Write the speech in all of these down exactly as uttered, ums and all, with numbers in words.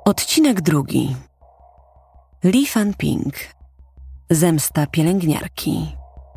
Odcinek drugi. Li Fanping. Zemsta pielęgniarki.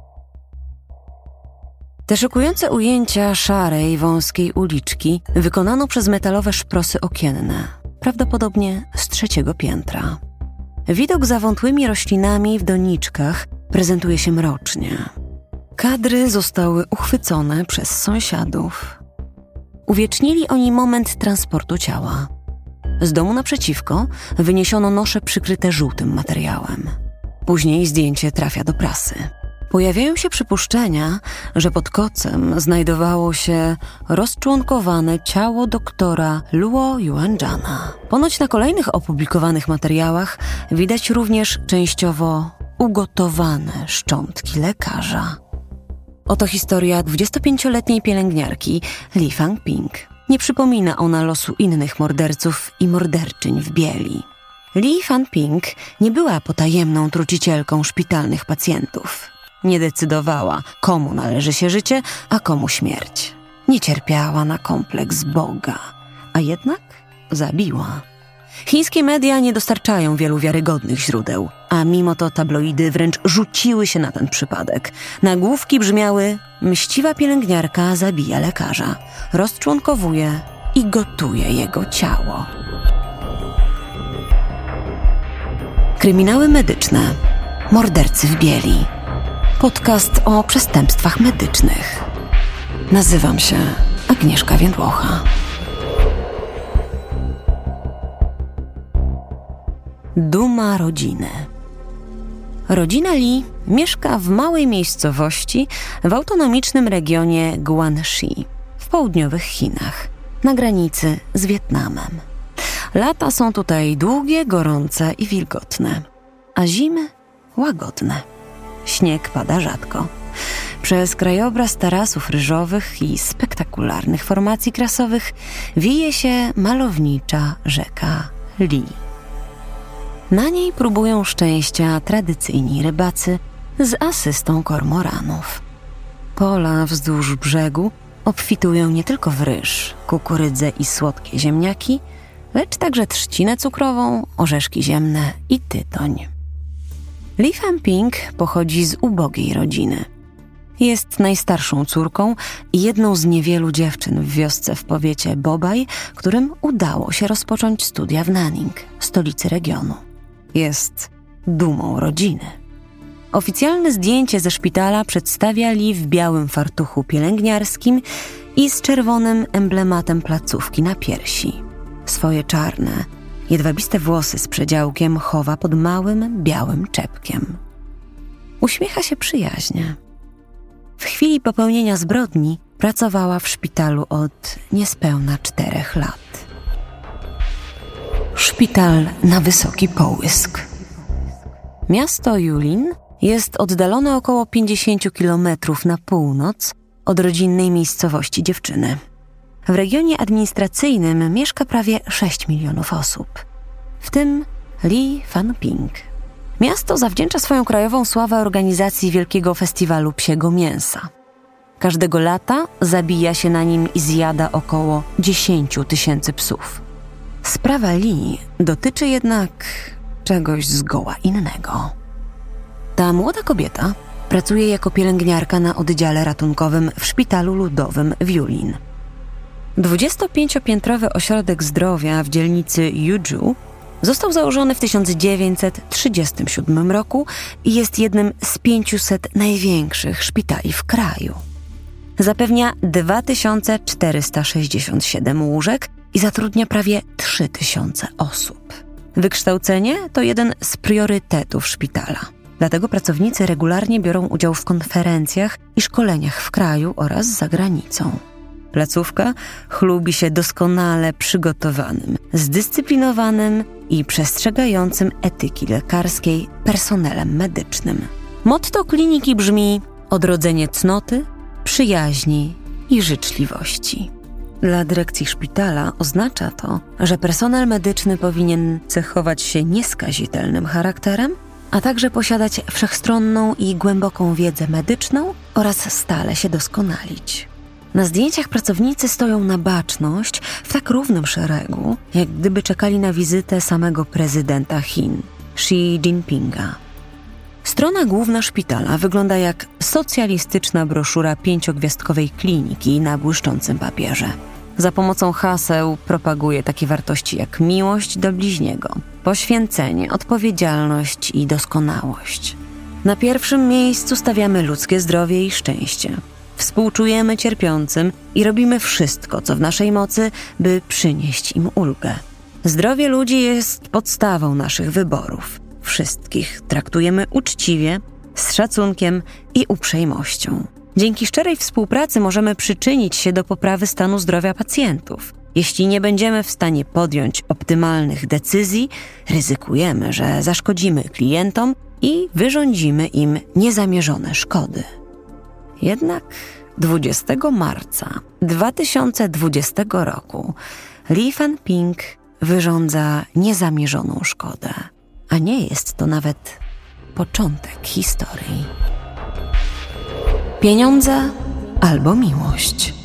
Te szokujące ujęcia szarej, wąskiej uliczki wykonano przez metalowe szprosy okienne, prawdopodobnie z trzeciego piętra. Widok za wątłymi roślinami w doniczkach prezentuje się mrocznie. Kadry zostały uchwycone przez sąsiadów. Uwiecznili oni moment transportu ciała. Z domu naprzeciwko wyniesiono nosze przykryte żółtym materiałem. Później zdjęcie trafia do prasy. Pojawiają się przypuszczenia, że pod kocem znajdowało się rozczłonkowane ciało doktora Luo Yuanjana. Ponoć na kolejnych opublikowanych materiałach widać również częściowo ugotowane szczątki lekarza. Oto historia dwudziestopięcioletniej pielęgniarki Li Fanping. Nie przypomina ona losu innych morderców i morderczyń w bieli. Li Fanping nie była potajemną trucicielką szpitalnych pacjentów. Nie decydowała, komu należy się życie, a komu śmierć. Nie cierpiała na kompleks Boga, a jednak zabiła. Chińskie media nie dostarczają wielu wiarygodnych źródeł, a mimo to tabloidy wręcz rzuciły się na ten przypadek. Nagłówki brzmiały: mściwa pielęgniarka zabija lekarza, rozczłonkowuje i gotuje jego ciało. Kryminały medyczne. Mordercy w bieli. Podcast o przestępstwach medycznych. Nazywam się Agnieszka Więdłocha. Duma rodziny. Rodzina Li mieszka w małej miejscowości w autonomicznym regionie Guangxi w południowych Chinach, na granicy z Wietnamem. Lata są tutaj długie, gorące i wilgotne, a zimy łagodne. Śnieg pada rzadko. Przez krajobraz tarasów ryżowych i spektakularnych formacji krasowych wije się malownicza rzeka Li. Na niej próbują szczęścia tradycyjni rybacy z asystą kormoranów. Pola wzdłuż brzegu obfitują nie tylko w ryż, kukurydzę i słodkie ziemniaki, lecz także trzcinę cukrową, orzeszki ziemne i tytoń. Li Fanping pochodzi z ubogiej rodziny. Jest najstarszą córką i jedną z niewielu dziewczyn w wiosce w powiecie Bobaj, którym udało się rozpocząć studia w Nanning, stolicy regionu. Jest dumą rodziny. Oficjalne zdjęcie ze szpitala przedstawia Li w białym fartuchu pielęgniarskim i z czerwonym emblematem placówki na piersi. Swoje czarne, jedwabiste włosy z przedziałkiem chowa pod małym, białym czepkiem. Uśmiecha się przyjaźnie. W chwili popełnienia zbrodni pracowała w szpitalu od niespełna czterech lat. Szpital na wysoki połysk. Miasto Yulin jest oddalone około pięćdziesiąt kilometrów na północ od rodzinnej miejscowości dziewczyny. W regionie administracyjnym mieszka prawie sześć milionów osób, w tym Li Fanping. Miasto zawdzięcza swoją krajową sławę organizacji wielkiego festiwalu psiego mięsa. Każdego lata zabija się na nim i zjada około dziesięć tysięcy psów. Sprawa Li dotyczy jednak czegoś zgoła innego. Ta młoda kobieta pracuje jako pielęgniarka na oddziale ratunkowym w szpitalu ludowym w Yulin. dwudziestopięciopiętrowy ośrodek zdrowia w dzielnicy Yuzhou został założony w tysiąc dziewięćset trzydziestym siódmym roku i jest jednym z pięciuset największych szpitali w kraju. Zapewnia dwa tysiące czterysta sześćdziesiąt siedem łóżek i zatrudnia prawie trzy tysiące osób. Wykształcenie to jeden z priorytetów szpitala. Dlatego pracownicy regularnie biorą udział w konferencjach i szkoleniach w kraju oraz za granicą. Placówka chlubi się doskonale przygotowanym, zdyscyplinowanym i przestrzegającym etyki lekarskiej personelem medycznym. Motto kliniki brzmi: odrodzenie cnoty, przyjaźni i życzliwości. Dla dyrekcji szpitala oznacza to, że personel medyczny powinien cechować się nieskazitelnym charakterem, a także posiadać wszechstronną i głęboką wiedzę medyczną oraz stale się doskonalić. Na zdjęciach pracownicy stoją na baczność w tak równym szeregu, jak gdyby czekali na wizytę samego prezydenta Chin, Xi Jinpinga. Strona główna szpitala wygląda jak socjalistyczna broszura pięciogwiazdkowej kliniki na błyszczącym papierze. Za pomocą haseł propaguje takie wartości jak miłość do bliźniego, poświęcenie, odpowiedzialność i doskonałość. Na pierwszym miejscu stawiamy ludzkie zdrowie i szczęście. Współczujemy cierpiącym i robimy wszystko, co w naszej mocy, by przynieść im ulgę. Zdrowie ludzi jest podstawą naszych wyborów. Wszystkich traktujemy uczciwie, z szacunkiem i uprzejmością. Dzięki szczerej współpracy możemy przyczynić się do poprawy stanu zdrowia pacjentów. Jeśli nie będziemy w stanie podjąć optymalnych decyzji, ryzykujemy, że zaszkodzimy klientom i wyrządzimy im niezamierzone szkody. Jednak dwudziestego marca dwa tysiące dwudziestego roku Li Fanping wyrządza niezamierzoną szkodę, a nie jest to nawet początek historii. Pieniądze albo miłość.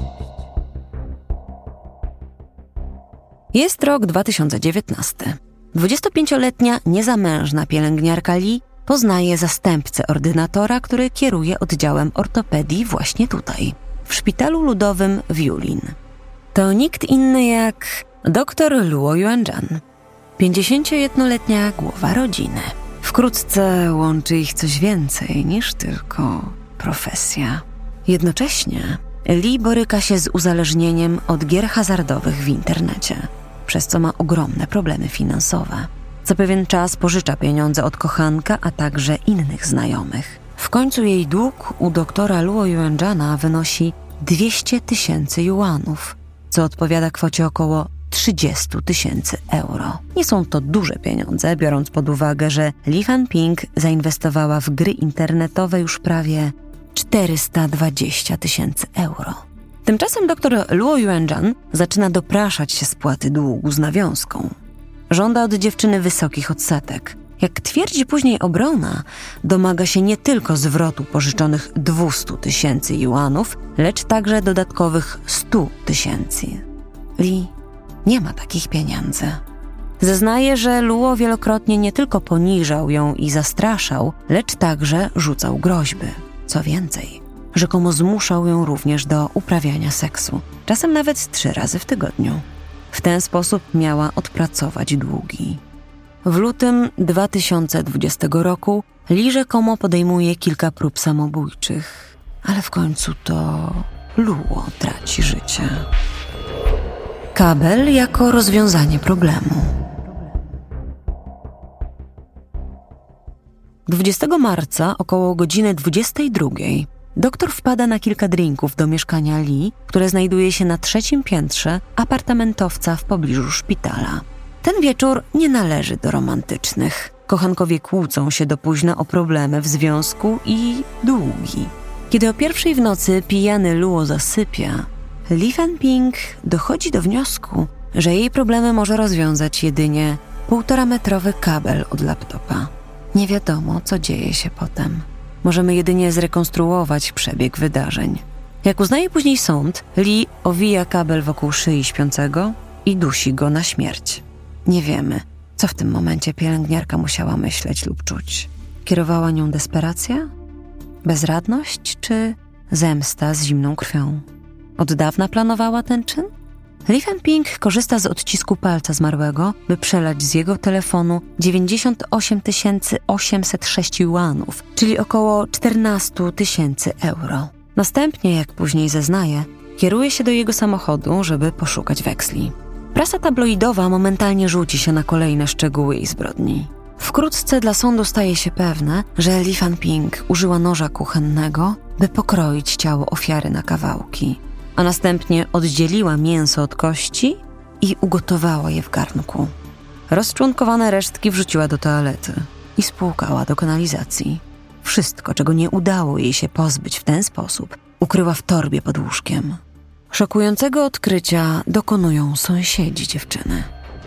Jest rok dwa tysiące dziewiętnasty. dwudziestopięcioletnia niezamężna pielęgniarka Li poznaje zastępcę ordynatora, który kieruje oddziałem ortopedii właśnie tutaj, w szpitalu ludowym w Yulin. To nikt inny jak dr Luo Yuanzhan, pięćdziesięciojednoletnia głowa rodziny. Wkrótce łączy ich coś więcej niż tylko profesja. Jednocześnie Li boryka się z uzależnieniem od gier hazardowych w internecie, przez co ma ogromne problemy finansowe. Co pewien czas pożycza pieniądze od kochanka, a także innych znajomych. W końcu jej dług u doktora Luo Yuanzhana wynosi dwieście tysięcy juanów, co odpowiada kwocie około trzydzieści tysięcy euro. Nie są to duże pieniądze, biorąc pod uwagę, że Li Fanping zainwestowała w gry internetowe już prawie czterysta dwadzieścia tysięcy euro. Tymczasem dr Luo Yuanzhan zaczyna dopraszać się spłaty długu z nawiązką. Żąda od dziewczyny wysokich odsetek. Jak twierdzi później obrona, domaga się nie tylko zwrotu pożyczonych dwieście tysięcy juanów, lecz także dodatkowych sto tysięcy. Li nie ma takich pieniędzy. Zeznaje, że Luo wielokrotnie nie tylko poniżał ją i zastraszał, lecz także rzucał groźby. Co więcej, rzekomo zmuszał ją również do uprawiania seksu, czasem nawet trzy razy w tygodniu. W ten sposób miała odpracować długi. W lutym dwa tysiące dwudziestego roku Li rzekomo podejmuje kilka prób samobójczych, ale w końcu to Luo traci życie. Kabel jako rozwiązanie problemu. dwudziestego marca około godziny dwudziestej drugiej doktor wpada na kilka drinków do mieszkania Li, które znajduje się na trzecim piętrze apartamentowca w pobliżu szpitala. Ten wieczór nie należy do romantycznych. Kochankowie kłócą się do późna o problemy w związku i długi. Kiedy o pierwszej w nocy pijany Luo zasypia, Li Fanping dochodzi do wniosku, że jej problemy może rozwiązać jedynie półtorametrowy kabel od laptopa. Nie wiadomo, co dzieje się potem. Możemy jedynie zrekonstruować przebieg wydarzeń. Jak uznaje później sąd, Li owija kabel wokół szyi śpiącego i dusi go na śmierć. Nie wiemy, co w tym momencie pielęgniarka musiała myśleć lub czuć. Kierowała nią desperacja? Bezradność czy zemsta z zimną krwią? Od dawna planowała ten czyn? Li Fanping korzysta z odcisku palca zmarłego, by przelać z jego telefonu dziewięćdziesiąt osiem tysięcy osiemset sześć juanów, czyli około czternaście tysięcy euro. Następnie, jak później zeznaje, kieruje się do jego samochodu, żeby poszukać weksli. Prasa tabloidowa momentalnie rzuci się na kolejne szczegóły jej zbrodni. Wkrótce dla sądu staje się pewne, że Li Fanping użyła noża kuchennego, by pokroić ciało ofiary na kawałki, a następnie oddzieliła mięso od kości i ugotowała je w garnku. Rozczłonkowane resztki wrzuciła do toalety i spłukała do kanalizacji. Wszystko, czego nie udało jej się pozbyć w ten sposób, ukryła w torbie pod łóżkiem. Szokującego odkrycia dokonują sąsiedzi dziewczyny.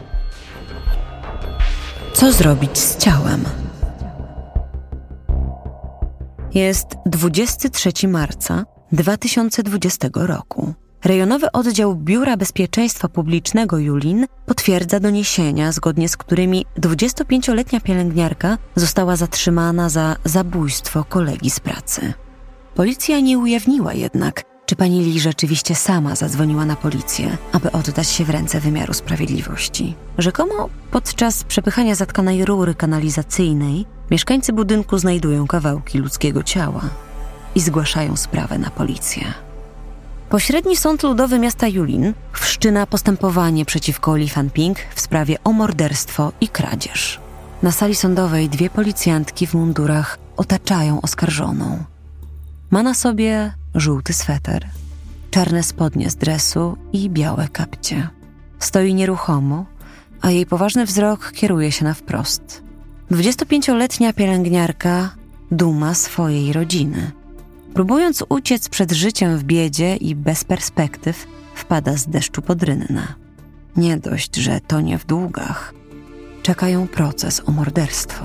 Co zrobić z ciałem? Jest dwudziestego trzeciego marca dwa tysiące dwudziestego roku. Rejonowy oddział Biura Bezpieczeństwa Publicznego Yulin potwierdza doniesienia, zgodnie z którymi dwudziestopięcioletnia pielęgniarka została zatrzymana za zabójstwo kolegi z pracy. Policja nie ujawniła jednak, czy pani Lee rzeczywiście sama zadzwoniła na policję, aby oddać się w ręce wymiaru sprawiedliwości. Rzekomo podczas przepychania zatkanej rury kanalizacyjnej mieszkańcy budynku znajdują kawałki ludzkiego ciała i zgłaszają sprawę na policję. Pośredni Sąd Ludowy miasta Yulin wszczyna postępowanie przeciwko Lee Fan-ping w sprawie o morderstwo i kradzież. Na sali sądowej dwie policjantki w mundurach otaczają oskarżoną. Ma na sobie żółty sweter, czarne spodnie z dresu i białe kapcie. Stoi nieruchomo, a jej poważny wzrok kieruje się na wprost. Dwudziestopięcioletnia pielęgniarka duma swojej rodziny. Próbując uciec przed życiem w biedzie i bez perspektyw, wpada z deszczu pod rynnę. Nie dość, że tonie w długach, czeka ją proces o morderstwo.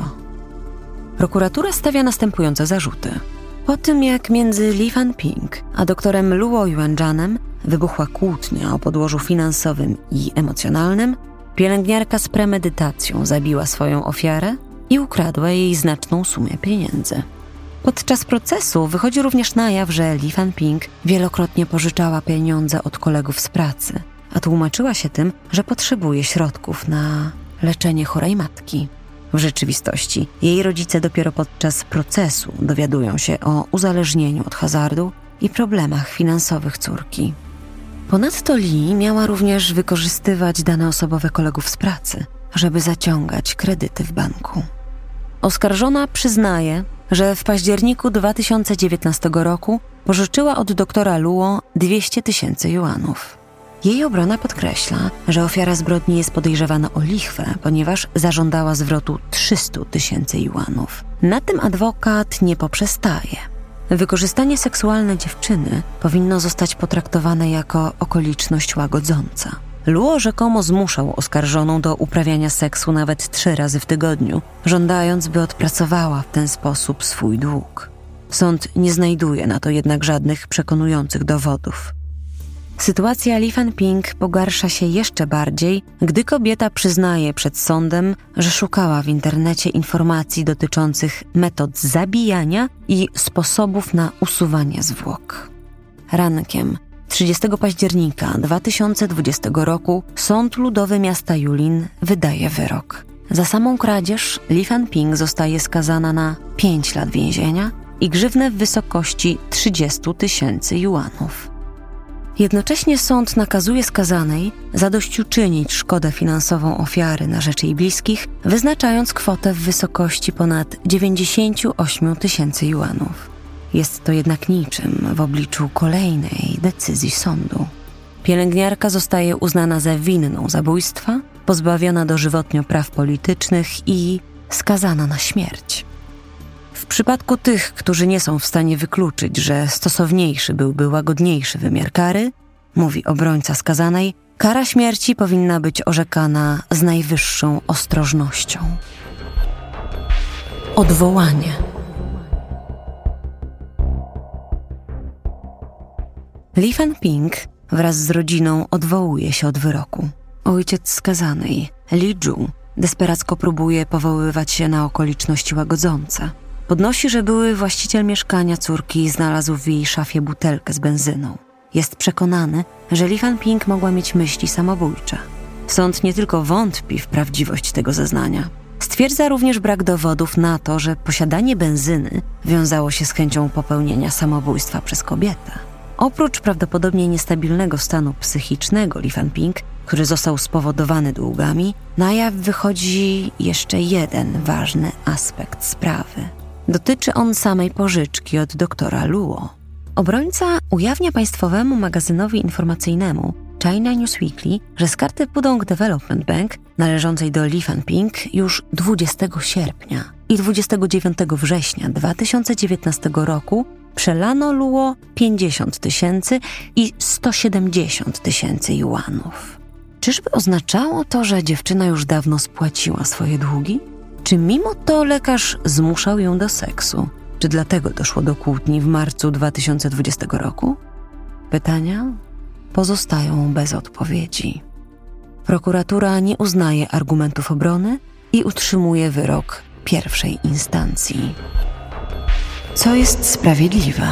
Prokuratura stawia następujące zarzuty. Po tym, jak między Lee Fan-ping a doktorem Luo Yuanzhanem wybuchła kłótnia o podłożu finansowym i emocjonalnym, pielęgniarka z premedytacją zabiła swoją ofiarę i ukradła jej znaczną sumę pieniędzy. Podczas procesu wychodzi również na jaw, że Lee Fan-ping wielokrotnie pożyczała pieniądze od kolegów z pracy, a tłumaczyła się tym, że potrzebuje środków na leczenie chorej matki. W rzeczywistości jej rodzice dopiero podczas procesu dowiadują się o uzależnieniu od hazardu i problemach finansowych córki. Ponadto Lee miała również wykorzystywać dane osobowe kolegów z pracy, żeby zaciągać kredyty w banku. Oskarżona przyznaje, że w październiku dwa tysiące dziewiętnastego roku pożyczyła od doktora Luo dwieście tysięcy juanów. Jej obrona podkreśla, że ofiara zbrodni jest podejrzewana o lichwę, ponieważ zażądała zwrotu trzysta tysięcy juanów. Na tym adwokat nie poprzestaje. Wykorzystanie seksualne dziewczyny powinno zostać potraktowane jako okoliczność łagodząca. Luo rzekomo zmuszał oskarżoną do uprawiania seksu nawet trzy razy w tygodniu, żądając, by odpracowała w ten sposób swój dług. Sąd nie znajduje na to jednak żadnych przekonujących dowodów. Sytuacja Lee Fan-ping pogarsza się jeszcze bardziej, gdy kobieta przyznaje przed sądem, że szukała w internecie informacji dotyczących metod zabijania i sposobów na usuwanie zwłok. Rankiem trzydziestego października dwa tysiące dwudziestego roku Sąd Ludowy miasta Yulin wydaje wyrok. Za samą kradzież Lee Fan-ping zostaje skazana na pięć lat więzienia i grzywnę w wysokości trzydzieści tysięcy juanów. Jednocześnie sąd nakazuje skazanej zadośćuczynić szkodę finansową ofiary na rzecz jej bliskich, wyznaczając kwotę w wysokości ponad dziewięćdziesiąt osiem tysięcy juanów. Jest to jednak niczym w obliczu kolejnej decyzji sądu. Pielęgniarka zostaje uznana za winną zabójstwa, pozbawiona dożywotnio praw politycznych i skazana na śmierć. W przypadku tych, którzy nie są w stanie wykluczyć, że stosowniejszy byłby łagodniejszy wymiar kary, mówi obrońca skazanej, kara śmierci powinna być orzekana z najwyższą ostrożnością. Odwołanie. Lee Fan-ping wraz z rodziną odwołuje się od wyroku. Ojciec skazanej, Lee Ju, desperacko próbuje powoływać się na okoliczności łagodzące. Podnosi, że były właściciel mieszkania córki znalazł w jej szafie butelkę z benzyną. Jest przekonany, że Lee Fan-ping mogła mieć myśli samobójcze. Sąd nie tylko wątpi w prawdziwość tego zeznania. Stwierdza również brak dowodów na to, że posiadanie benzyny wiązało się z chęcią popełnienia samobójstwa przez kobietę. Oprócz prawdopodobnie niestabilnego stanu psychicznego Lee Fan-ping, który został spowodowany długami, na jaw wychodzi jeszcze jeden ważny aspekt sprawy. Dotyczy on samej pożyczki od doktora Luo. Obrońca ujawnia państwowemu magazynowi informacyjnemu China News Weekly, że z karty Pudong Development Bank należącej do Lee Fan-ping już dwudziestego sierpnia i dwudziestego dziewiątego września dwa tysiące dziewiętnastego roku przelano Luo pięćdziesiąt tysięcy i sto siedemdziesiąt tysięcy juanów. Czyżby oznaczało to, że dziewczyna już dawno spłaciła swoje długi? Czy mimo to lekarz zmuszał ją do seksu? Czy dlatego doszło do kłótni w marcu dwa tysiące dwudziestego roku? Pytania pozostają bez odpowiedzi. Prokuratura nie uznaje argumentów obrony i utrzymuje wyrok pierwszej instancji. Co jest sprawiedliwe?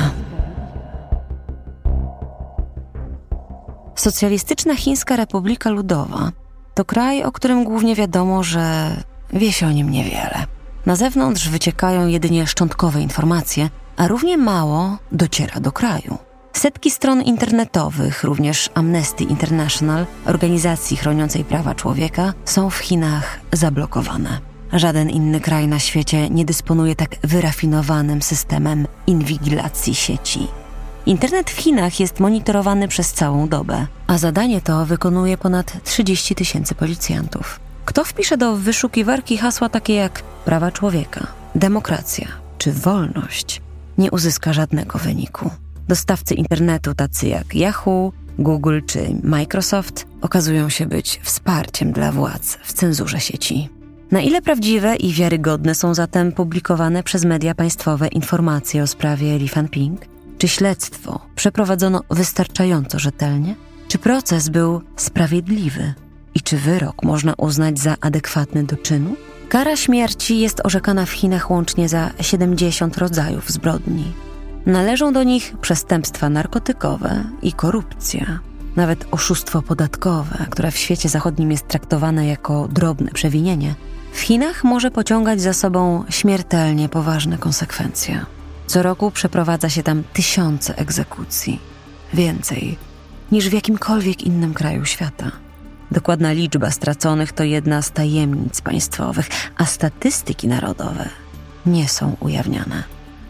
Socjalistyczna Chińska Republika Ludowa to kraj, o którym głównie wiadomo, że wie się o nim niewiele. Na zewnątrz wyciekają jedynie szczątkowe informacje, a równie mało dociera do kraju. Setki stron internetowych, również Amnesty International, organizacji chroniącej prawa człowieka, są w Chinach zablokowane. Żaden inny kraj na świecie nie dysponuje tak wyrafinowanym systemem inwigilacji sieci. Internet w Chinach jest monitorowany przez całą dobę, a zadanie to wykonuje ponad trzydzieści tysięcy policjantów. Kto wpisze do wyszukiwarki hasła takie jak prawa człowieka, demokracja czy wolność, nie uzyska żadnego wyniku. Dostawcy internetu tacy jak Yahoo, Google czy Microsoft okazują się być wsparciem dla władz w cenzurze sieci. Na ile prawdziwe i wiarygodne są zatem publikowane przez media państwowe informacje o sprawie Li Fanping? Czy śledztwo przeprowadzono wystarczająco rzetelnie? Czy proces był sprawiedliwy? I czy wyrok można uznać za adekwatny do czynu? Kara śmierci jest orzekana w Chinach łącznie za siedemdziesiąt rodzajów zbrodni. Należą do nich przestępstwa narkotykowe i korupcja. Nawet oszustwo podatkowe, które w świecie zachodnim jest traktowane jako drobne przewinienie, w Chinach może pociągać za sobą śmiertelnie poważne konsekwencje. Co roku przeprowadza się tam tysiące egzekucji. Więcej niż w jakimkolwiek innym kraju świata. Dokładna liczba straconych to jedna z tajemnic państwowych, a statystyki narodowe nie są ujawniane.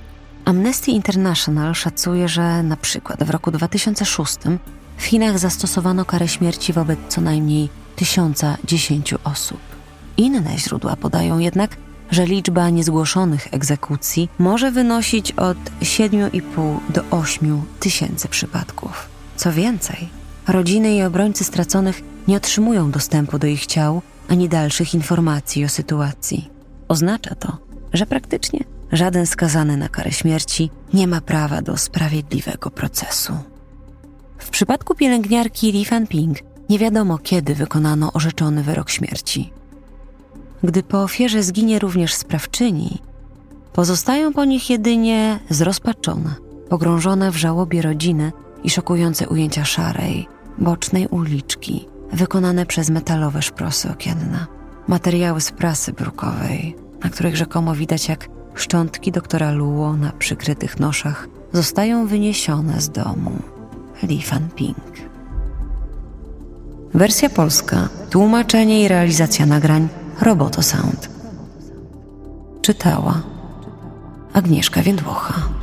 Amnesty International szacuje, że na przykład w roku dwa tysiące szóstym w Chinach zastosowano karę śmierci wobec co najmniej tysiąca dziesięciu osób. Inne źródła podają jednak, że liczba niezgłoszonych egzekucji może wynosić od siedmiu i pół do ośmiu tysięcy przypadków. Co więcej, rodziny i obrońcy straconych nie otrzymują dostępu do ich ciał ani dalszych informacji o sytuacji. Oznacza to, że praktycznie żaden skazany na karę śmierci nie ma prawa do sprawiedliwego procesu. W przypadku pielęgniarki Li Fanping nie wiadomo, kiedy wykonano orzeczony wyrok śmierci. Gdy po ofierze zginie również sprawczyni, pozostają po nich jedynie zrozpaczone, pogrążone w żałobie rodziny i szokujące ujęcia szarej, bocznej uliczki, wykonane przez metalowe szprosy okienne. Materiały z prasy brukowej, na których rzekomo widać, jak szczątki doktora Luo na przykrytych noszach zostają wyniesione z domu Li Fanping. Wersja polska, tłumaczenie i realizacja nagrań Roboto Sound. Czytała Agnieszka Więdłocha.